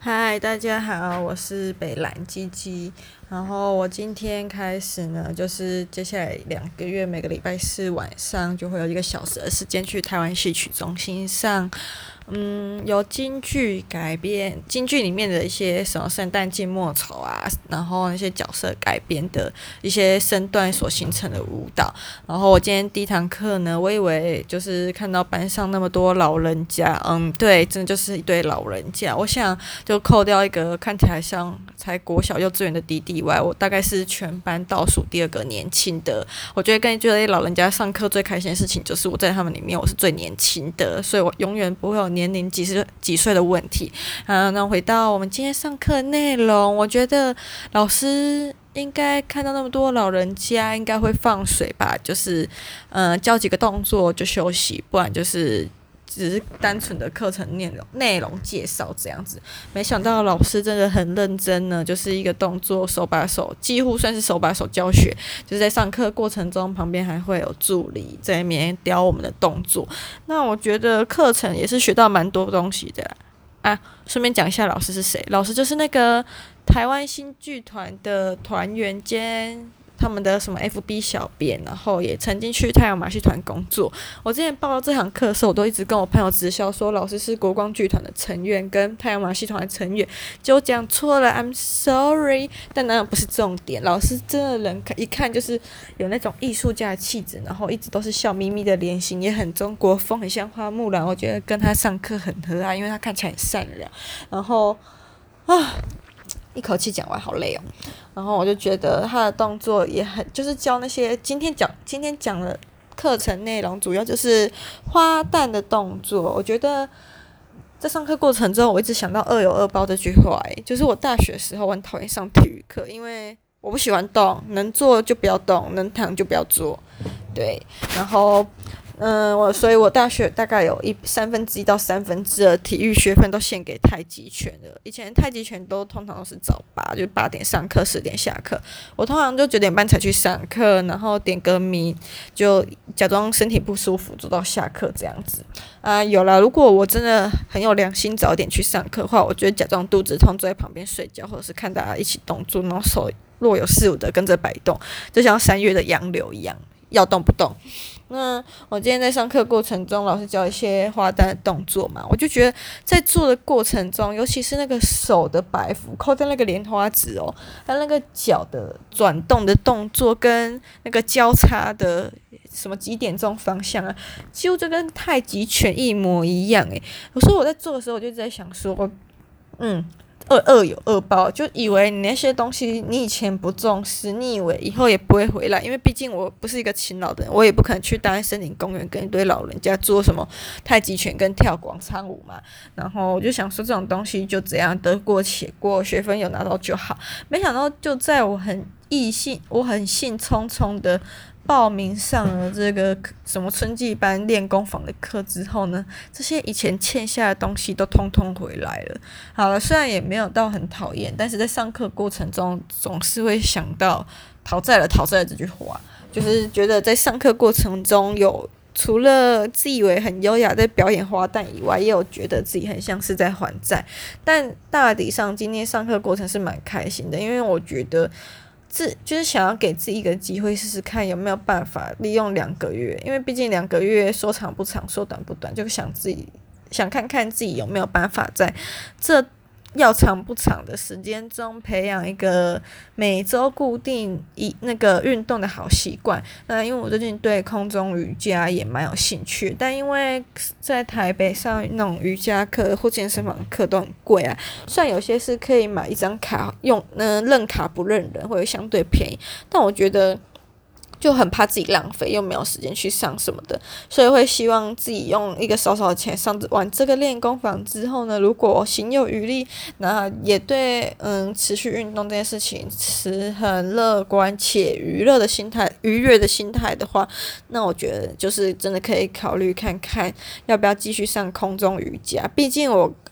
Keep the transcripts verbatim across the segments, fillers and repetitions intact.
嗨，大家好，我是北兰鸡鸡。然后我今天开始呢，就是接下来两个月，每个礼拜四晚上就会有一个小时的时间去台湾戏曲中心上，嗯，由京剧改编，京剧里面的一些什么圣诞静默丑啊，然后那些角色改编的一些身段所形成的舞蹈。然后我今天第一堂课呢，我以为就是看到班上那么多老人家，嗯，对，真的就是一堆老人家。我想就扣掉一个看起来像才国小幼稚园的弟弟以外，我大概是全班倒数第二个年轻的。我觉得跟这些老人家上课最开心的事情，就是我在他们里面我是最年轻的，所以我永远不会有年龄几十几岁的问题。啊，那回到我们今天上课的内容，我觉得老师应该看到那么多老人家，应该会放水吧，就是呃教几个动作就休息，不然就是只是单纯的课程内容内容介绍这样子。没想到老师真的很认真呢，就是一个动作手把手，几乎算是手把手教学。就是在上课过程中，旁边还会有助理在那边雕我们的动作。那我觉得课程也是学到蛮多东西的啊。顺便讲一下老师是谁，老师就是那个台湾新剧团的团员兼他们的什么 F B 小编，然后也曾经去太阳马戏团工作。我之前报到这堂课的时候，我都一直跟我朋友直销说老师是国光剧团的成员跟太阳马戏团的成员，结果讲错了 ，I'm sorry。但当然不是重点，老师真的人一看就是有那种艺术家的气质，然后一直都是笑眯眯的脸型，也很中国风，很像花木兰。我觉得跟他上课很和蔼，因为他看起来很善良。然后啊。一口气讲完好累哦，然后我就觉得他的动作也很，就是教那些今天讲今天讲的课程内容，主要就是花旦的动作。我觉得在上课过程中，我一直想到“二有二包”这句话，诶，就是我大学的时候我很讨厌上体育课，因为我不喜欢动，能做就不要动，能躺就不要做，对，然后。嗯，我所以，我大学大概有一三分之一到三分之二体育学分都献给太极拳了。以前太极拳都通常都是早八，就八点上课，十点下课。我通常就九点半才去上课，然后点个名，就假装身体不舒服，做到下课这样子。啊，有啦，如果我真的很有良心，早点去上课的话，我就会假装肚子痛，坐在旁边睡觉，或者是看大家一起动作，然后手若有似无的跟着摆动，就像三月的杨柳一样，要动不动。那我今天在上课过程中，老师教一些花旦的动作嘛，我就觉得在做的过程中，尤其是那个手的摆幅，扣在那个莲花指哦，还有那个脚的转动的动作，跟那个交叉的什么几点钟方向啊，几乎就跟太极拳一模一样诶。所以我在做的时候，我就在想说，嗯。二二有二包，就以为你那些东西你以前不重视，你以为以后也不会回来，因为毕竟我不是一个勤劳的人，我也不可能去大安森林公园跟一堆老人家做什么太极拳跟跳广场舞嘛。然后我就想说这种东西就这样得过且过，学分有拿到就好。没想到就在我很意兴，我很兴冲冲的报名上了这个什么春季班练功坊的课之后呢，这些以前欠下的东西都通通回来了。好了，虽然也没有到很讨厌，但是在上课过程中总是会想到讨债了讨债了这句话，就是觉得在上课过程中有除了自以为很优雅在表演花旦以外，也有觉得自己很像是在还债。但大体上今天上课过程是蛮开心的，因为我觉得自就是想要给自己一个机会试试看有没有办法利用两个月，因为毕竟两个月说长不长，说短不短，就想自己想看看自己有没有办法在这要长不长的时间中培养一个每周固定一那个运动的好习惯。那因为我最近对空中瑜伽也蛮有兴趣，但因为在台北上那种瑜伽课或健身房课都很贵啊，虽然有些是可以买一张卡用，呃，认卡不认人，会相对便宜，但我觉得就很怕自己浪费，又没有时间去上什么的，所以会希望自己用一个少少的钱上完这个练功坊之后呢，如果行有余力，那也对嗯持续运动这件事情持很乐观且娱乐的心态、愉悦的心态的话，那我觉得就是真的可以考虑看看要不要继续上空中瑜伽。毕竟我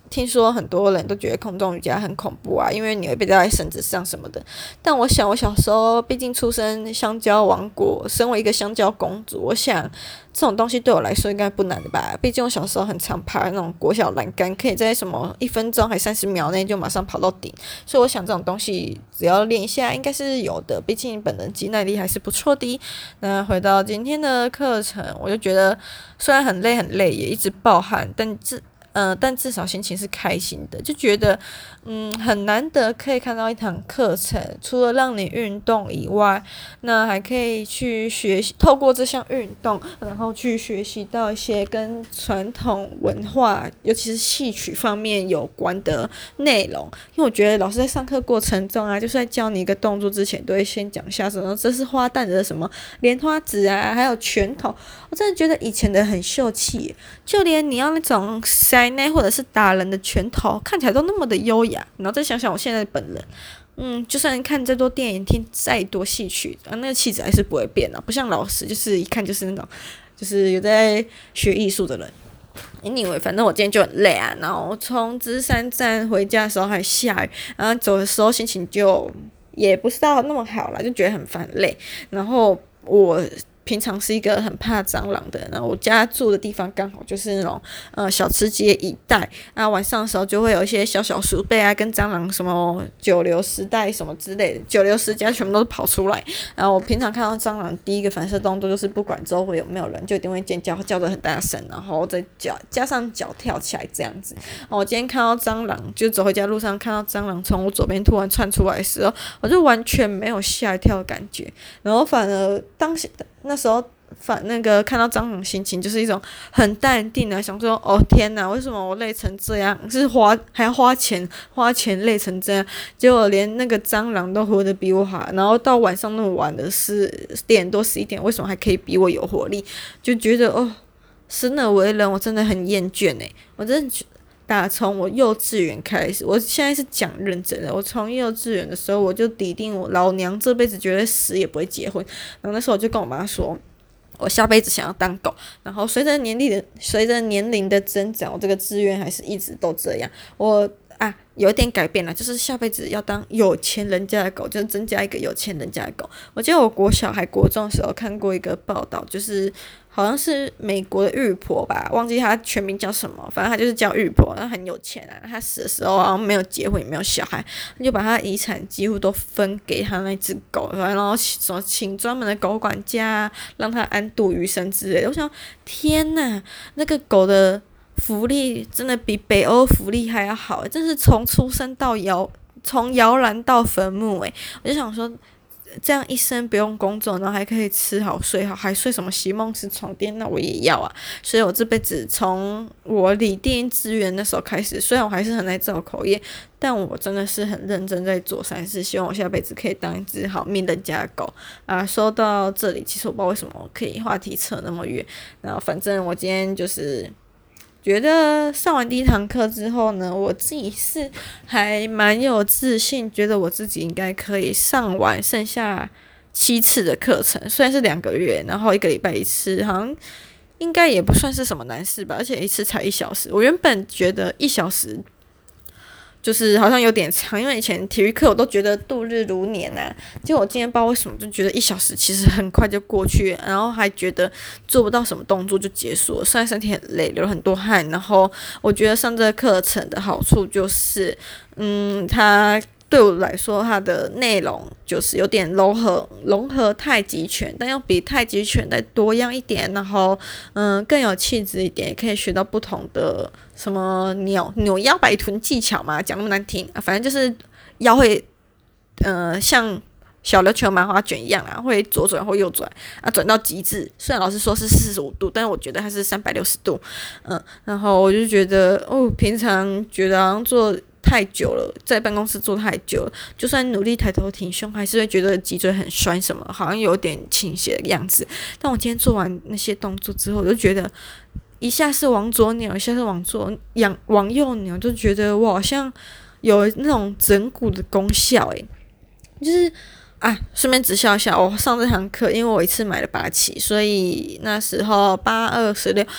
听说很多人都觉得空中瑜伽很恐怖啊，因为你会被吊在绳子上什么的。但我想，我小时候毕竟出生香蕉王国，身为一个香蕉公主，我想这种东西对我来说应该不难的吧。毕竟我小时候很常爬那种国小栏杆，可以在什么一分钟还三十秒内就马上跑到顶，所以我想这种东西只要练一下应该是有的。毕竟本人肌耐力还是不错的。那回到今天的课程，我就觉得虽然很累很累，也一直暴汗，但至呃，但至少心情是开心的，就觉得嗯很难得可以看到一堂课程，除了让你运动以外，那还可以去学习，透过这项运动，然后去学习到一些跟传统文化，尤其是戏曲方面有关的内容。因为我觉得老师在上课过程中啊，就是在教你一个动作之前，都会先讲一下什么这是花旦的什么莲花指啊，还有拳头。我真的觉得以前的很秀气，就连你要那种塞内或者是打人的拳头，看起来都那么的优雅。然后再想想我现在的本人，嗯，就算看再多电影，听再多戏曲，啊，那个气质还是不会变的，不像老师，就是一看就是那种，就是有在学艺术的人。Anyway， 反正我今天就很累啊，然后从芝山站回家的时候还下雨，然后走的时候心情就也不是到那么好啦，就觉得很烦累。然后我平常是一个很怕蟑螂的人，然后我家住的地方刚好就是那种呃小吃街一带啊，晚上的时候就会有一些小小鼠辈啊，跟蟑螂什么九流十代什么之类的，九流十家全部都跑出来。然后我平常看到蟑螂，第一个反射动作就是不管周围有没有人，就一定会尖叫，叫得很大声，然后再脚加上脚跳起来这样子。然后我今天看到蟑螂，就走回家路上看到蟑螂从我左边突然窜出来的时候，我就完全没有吓一跳的感觉，然后反而当时那时候反那个看到蟑螂心情就是一种很淡定的，想说哦天哪，为什么我累成这样，是花还要花钱花钱累成这样，结果连那个蟑螂都活得比我好，然后到晚上那么晚的十点多十一点，为什么还可以比我有活力，就觉得哦生而为人我真的很厌倦诶，我真的打从我幼稚园开始，我现在是讲认真的。我从幼稚园的时候，我就笃定我老娘这辈子绝对死也不会结婚。然后那时候我就跟我妈说，我下辈子想要当狗。然后随着年龄的随着年龄的增长，我这个志愿还是一直都这样。我啊，有一点改变了，就是下辈子要当有钱人家的狗，就是增加一个有钱人家的狗。我记得我国小还国中的时候看过一个报道，就是好像是美国的玉婆吧，忘记她全名叫什么，反正她就是叫玉婆，她很有钱啊。她死的时候好像没有结婚也没有小孩，她就把她遗产几乎都分给她那只狗，然后什么请专门的狗管家，让她安度余生之类的。我想，天哪，那个狗的福利真的比北欧福利还要好，真是从出生到摇，从摇篮到坟墓诶，我就想说，这样一生不用工作，然后还可以吃好睡好，还睡什么席梦思床垫，那我也要啊！所以我这辈子从我理定志愿那时候开始，虽然我还是很爱造口业，但我真的是很认真在做善事，希望我下辈子可以当一只好命人家的狗啊！说到这里，其实我不知道为什么可以话题扯那么远，然后反正我今天就是觉得上完第一堂课之后呢，我自己是还蛮有自信，觉得我自己应该可以上完剩下七次的课程，虽然是两个月，然后一个礼拜一次，好像应该也不算是什么难事吧，而且一次才一小时。我原本觉得一小时就是好像有点长，因为以前体育课我都觉得度日如年啊，结果我今天不知道为什么就觉得一小时其实很快就过去，然后还觉得做不到什么动作就结束了，虽然身体很累，流了很多汗，然后我觉得上这个课程的好处就是，嗯，它对我来说，它的内容就是有点融合融合太极拳，但要比太极拳再多样一点，然后嗯更有气质一点，也可以学到不同的什么扭扭腰摆臀技巧嘛，讲那么难听，啊、反正就是腰会呃像小琉球麻花卷一样啦，会左转或右转啊，转到极致。虽然老师说是四十五度，但是我觉得它是三百六十度，嗯，然后我就觉得哦，平常觉得好像做太久了，在办公室坐太久了，就算努力抬头挺胸，还是会觉得脊椎很酸，什么好像有点倾斜的样子。但我今天做完那些动作之后，我就觉得一下是往左扭，一下是往左仰，往右扭，就觉得我好像有那种整骨的功效诶，就是啊，顺便直销一下，我上这堂课，因为我一次买了八期，所以那时候八二十六。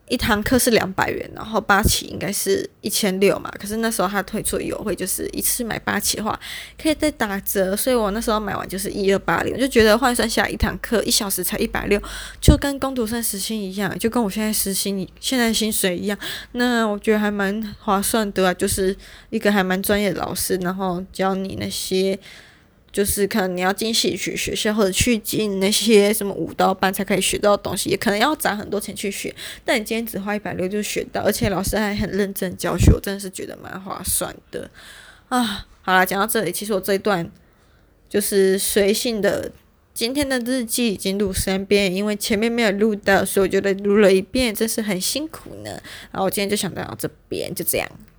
一堂课是两百元，然后八期应该是一千六嘛。可是那时候他推出优惠，就是一次买八期的话可以再打折，所以我那时候买完就是一二八零，我就觉得换算下来一堂课一小时才一百六，就跟工读生时薪一样，就跟我现在时薪现在薪水一样。那我觉得还蛮划算的啊，就是一个还蛮专业的老师，然后教你那些。就是可能你要进戏曲学校或者去进那些什么舞蹈班才可以学到的东西，也可能要砸很多钱去学。但你今天只花一百六就学到，而且老师还很认真教学，我真的是觉得蛮划算的啊。好啦，讲到这里，其实我这一段就是随性的。今天的日记已经录三遍，因为前面没有录到，所以我觉得录了一遍，真是很辛苦呢。然后我今天就想到这边，就这样。